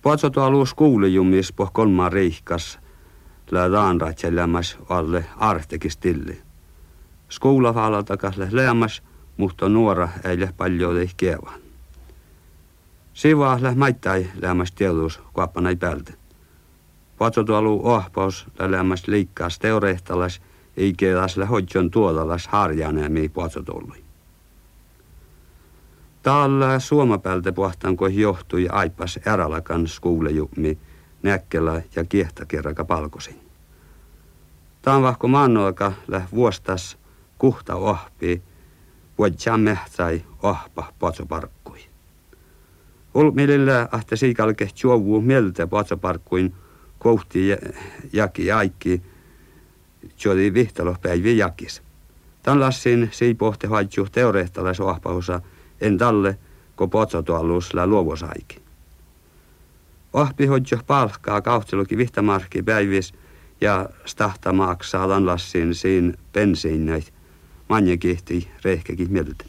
Patsotu alus kuulijumis poh kolmaan riihkas, lää taanraitselämäs alle artekis tilli. Skuula faalatakas lämmäs, mutta nuora ei lähe paljon ei kevan. Sivaa lähe maittai lämmäs teollisuus kuappanai päältä. Patsotu alu ohpaus lämmäs liikkaas teorehtalas, ei kedas lähe hodjon tuodalas harjanäämiä patsotului. Täällä Suomapäältä pohtaan, kun johtui aipas erälakan skuulejummi, näkkelä ja kiehtakerraka palkosin. Taan vahko maannoaka läh vuostas kuhta ohpi, vuodjaan mehtsäi ohpa patsoparkkui. Ulmilillä ahte siikalke juovu mieltä patsoparkkuin kohti jaki aikki, jodi vihtalopäivi jakis. Tän lassin siipohte haitju teorehtalais ohpahusa, en talle, kun patsotualus lää luovusaiki. Ohpi hodjo palkkaa kahteluki vihtamarkki päivis ja stahta maksaa lanlassin siin bensiinäit manjekihti rehkäkin mieltä.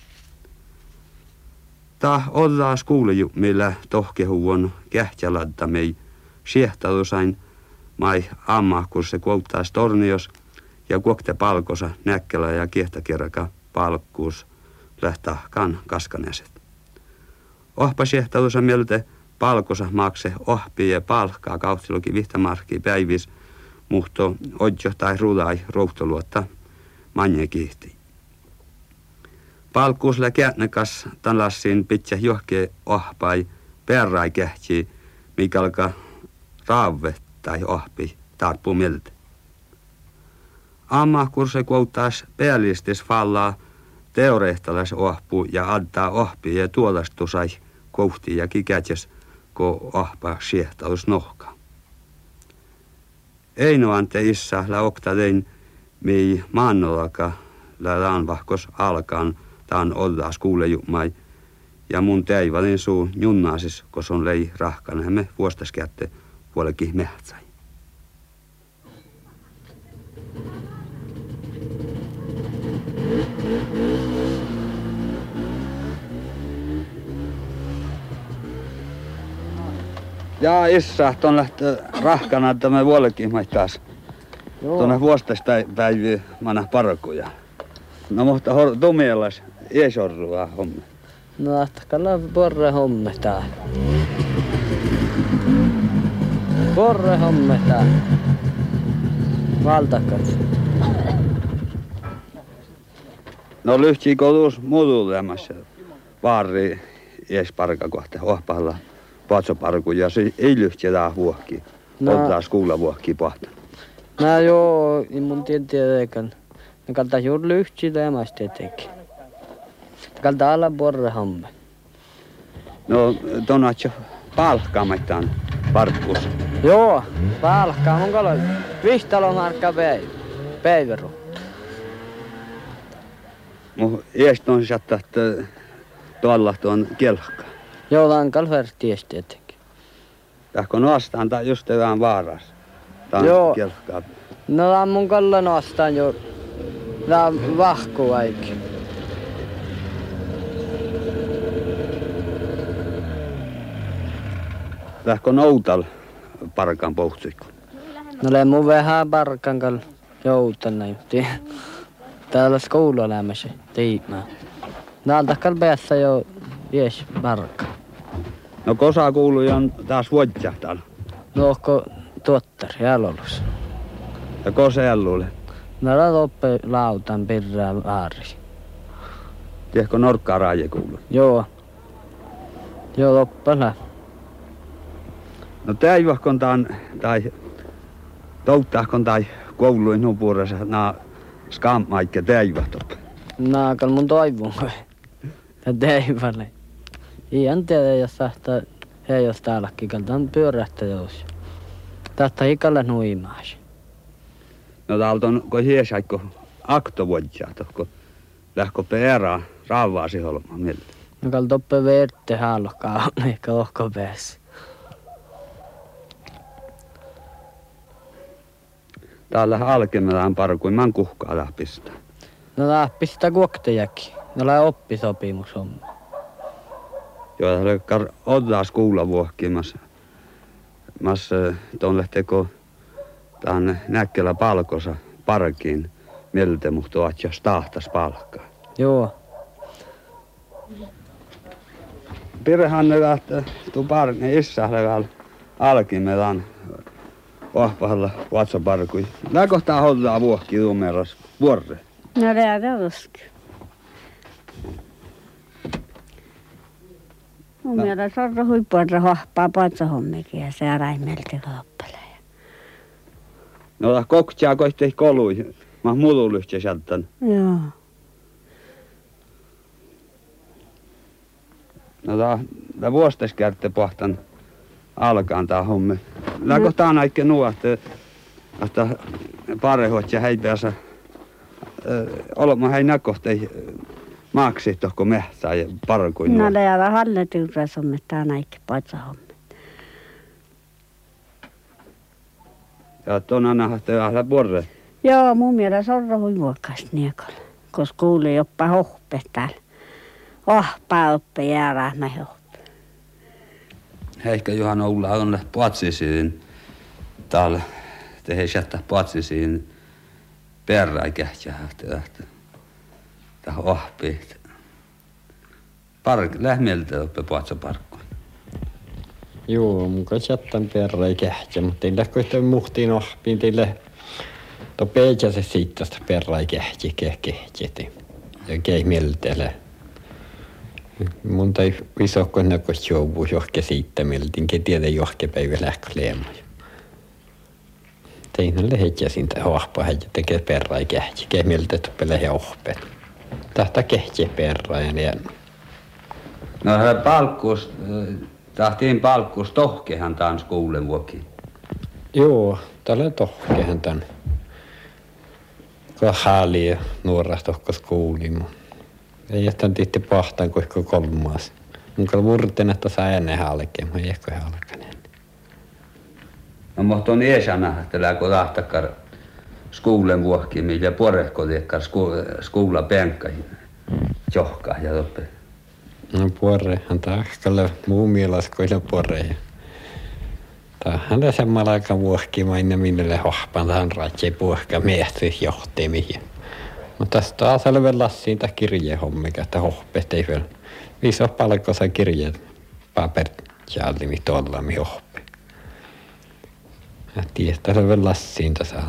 Ta ollaan skuuleju, millä tohkehuon kähtjäladda mei siehtalusain mai ammahkusse kuottaas tornios ja kuokte palkosa näkkelä ja kiehtakerraka palkkuus lähtahkan kaskaneset. Ohpa siehtalusa mieltä palkosa makse ohpi ja palkkaa kahteluki vihtamarkki päivis, muhto odjo tai rudai rouhtoluotta manjekihti. Palkkuusla käätnekas tanlassin pitsä johke ohpai perrai kähti, mikä alkaa raave tai ohpi tarpuu mieltä. Ammahkurse kuottaas päällistis fallaa teorehtalas ohpu ja antaa ohpi ja tuolastusai kohti ja kikätjes, kun ohpa siehtaus nohkaa. Eino ante issa la oktadein mii maannolaka la laanvahkos alkaan taan ollaan skuulejumai ja mun täivalin suu junnaasis, kos on lei rahkanemme vuostaskätte puolekin mehtsäi. Ja issa, tuon lähtee rahkana, että me vuolekin taas. Tuonne vuostasta päiviä mana parkuja. No mutta tumiellas ei sorrua homme. No ahtakalla porre homme tää. Porre homme tää. Valtakas. No lyhtii kouluus muutu lämmässä. Vaari ees parka kohta ohpalla patsoparku ja se ei lyhtiä tää vuokki. Ottaa skuulla vuokki pahtan. No joo, niin mun tietääkään. Ne kaltaa juuri lyhtiä lämmästä tietenkin. Kaltaa alla porre homme. No tonatjo palkkaamaittaan parkkuus. Joo, palkkaa mun kalo. Vihtalomarkka päiväru. Mun eest on saattaa, että tuolla tuon kelkka. Joo, lankal verties tietenkin. Tahko nostaan tai just vähän vaaras. Joo. Kelkkaa. No tää mun kalla nostaan jo. Tää on vahku aiki. Tahko noutal parkan pohtsikko. No le mun vähän parkan kalla joutan näin. Täällä skoula lämmässä tiimää. Täältä kalpeassa jo vies parkka. No kosa kuului on taas vuodja täällä. No onko tuottari jalolus? Ja kosa jälluule. No la toppe lautan pirraa vaari. Tiedätkö norkkaa raaje kuului? Joo. Joo loppala. No täivahkon tai touttaahkon tai kouluin nupuurassa naa skammaikka täivahtoppe. Naakal mun toivon kai. Ja teivalle. Iän tiedä jos sähtää hei jos täälläkin kaltaan pyörähtä jos. Tästä hikalle nuimaasi. No täältä on kun hiesaikko aktovuodja tohko lähkö perää raavaasi holma mieltä. No kal toppe verte haalokkaa ehkä lohko päässä. Täällä alkemään parkuin man kuhkaa läpistä. No läpistä kuoktejakin. No lää oppisopimus homma. Joo, täällä ollaan skuulla vuohkimassa Mas tuonne teko tämän näkkelä palkosa parkiin mieltä muhtoa, jos tahtas palkkaa. Joo. Pirehan ne lähtee tuu parkin issähdä vielä alkimedan vahvalla vatsaparkui. Nää kohtaa hoitaa vuokki numeros vuorre. No det är det rusk. Mun mielestä sorra huippuudella hohpaa patsahommikin ja se araimelti kauppaleen. No koktia koittei kolui. Mä mululyhtsi sieltä. Joo. No tää vuosteskärtte pohtan alkaan tää hommi. Nää kohtaa näikke nuo, että parehot ja heipässä olemme hei näkohtei maaksi tohko mehtää ja parkuin. No det är halletuura som että näikki patsahommi. Ja tuona nähtä ja porre. Joo, mun mielestä sorra huivuokkaista niekolla. Koska kuuli jopa hohpe täällä. Hohpaa oppe jäädä mä hohpe. Heikka Johan Oula on patsisiin täällä. Tehei jättää patsisiin peräikähtää. Tähän ohpiin. Lähmieltä oppe patsaparkkuun. Joo, mun kanssa jättän peräikähtää, mutta teillä koittaa muhtiin ohpiin. Teillä peitsä se siitä peräikähtää kehkehti. Ja kei mieltelee. Mun tai isokko näköistä jouvuu johke siitä mieltiin, ke tiedä johke päivä lähköleemoja. Tein lehetjä siitä hohpaa ja tekee peräikähtää. Kei mieltä tuppele ohpeen. Tahta kehtiä perään ja no palkkuus, tahtiin palkkuus tohkehan taas kuulen vuokin. joo, tällä tohkehan tän. Kahali ja nuoras tohkas kuulimu. Ei jätän tiitti pahtaan kuinka kolmaas. Munka murten, että saa ennen halkeen, mä ei ehkä halkaneen. No mutta on iesana, että lääkö tahtakar skuulen vuokin, millä porehkotiekkaan skuulla penkkahin johkaa ja toppe. No puorehan tahkalle muu mielaskoille puoreja. Tähän semmalla aika vuohki mainne minne hohpan tähän ratsei puohka miehti johtimiin. Mutta tästä taas oli lassiin tää kirjehommikä, että hohpeet ei vielä. Viisi on palkossa kirjeet paperjallimi tollami hohpe. Ja tietää oli vielä lassiin tässä.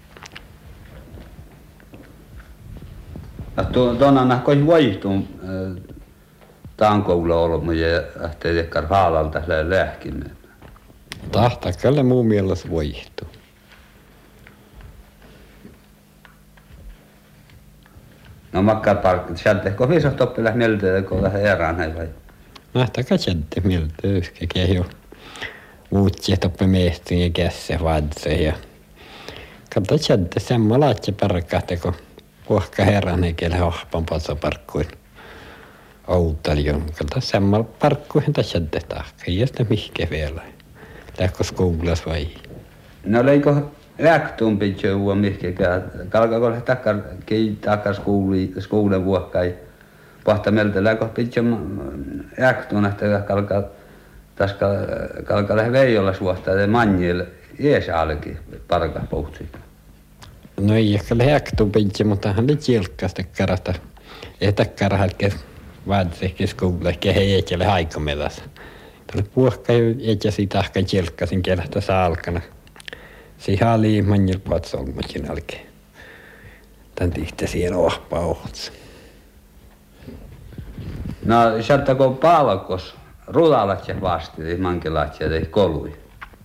Tuona nähköin vaihtuun tankoula olemme ja lähtee tekkar haalalta lääkimeen. Tahtakalle muu mielessä vaihtuu. No makkar parkki, sieltä ehkä viisot oppilas mieltä, kun vähän erään hei vai? Nähtäkää sieltä mieltä yskäkin jo. Uutsia toppe meehtiin ja kässä vaadse ja katso sieltä semmo laatse parkkaate, kun puhka herran eikä hohpan patsaparkkuin. Outaljon, katso semmo parkkuihin tässä sieltä tahka, ei sitä mihke vielä. Lähkö skoulas vai? No leiko läktuun juua mihkekään. Kalkako le takkar skuulen vuokkai. Pahta mieltä läkö pitää läktuun, että kalka lähe veijolla suostaa ja manjille iäsä alki parkas puhtsi. No ei ehkä läktuun pitää, mutta hän oli kilkkaasta karasta. Ei takkara halke vaadisehki skuulle, ehkä he ei ole haikamelassa. Tällä puhka eikä siitä ehkä kilkkasin kelähtä saa alkana. Siihen oli manjil patsolmakin alkeen. Tän tihti siihen ohpaa ohtsa. No sieltä kun palkos, rudalat ja vasti, mankilat ja teit kolui.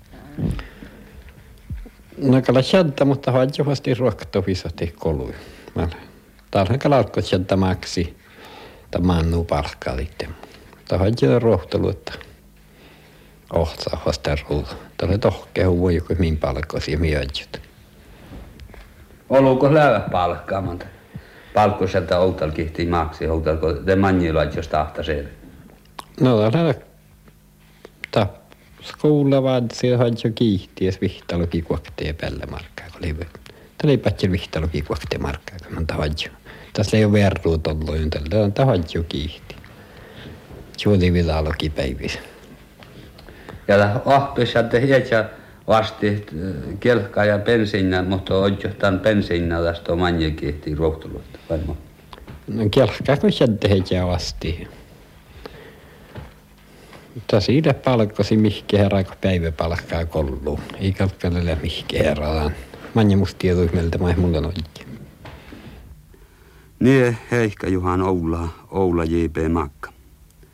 No kala sieltä, mutta hoidjuvasti ruokkatovissa tei kolui. Täällä kala alkoi sieltä maksi. Tämä on nuu palkkaa liittyen. Tämä hoidjuvasti ruohtelu, että ohtsa vasta ruudu. Tällä tohkea voi joku min palkkoisia miojut. Oluko lävä palkkaa monta? Palkko sieltä outal kihtii maksi, outal kun te manjilat jos tahtaseen. No täällä skoula vaadisi hoidjo kiihties vihtaluki kuoktee päälle markkaa, kun liivy. Täällä ei pätsi vihtaluki kuoktee markkaa, kun monta hoidjo. Tässä ei ole verruut ollut, tällä on hoidjo kiihti. Juoli vilaluki päivissä. Ja ahpissa te hietsä vasti kelkkaa ja bensiinä, mutta oikeastaan bensiinä tästä on manjekiehti ruohtuluutta varmaan. No kelkkaa kun sieltä hietsä vasti. Mutta siitä palkkosi mihke herra, kun päiväpalkkaa kolluun. Ei kalkkalelle mihke herraan. Manje musta tietoi meiltä mä mulle oikein. Niin Heikka Juhan Oula J.P. Makka.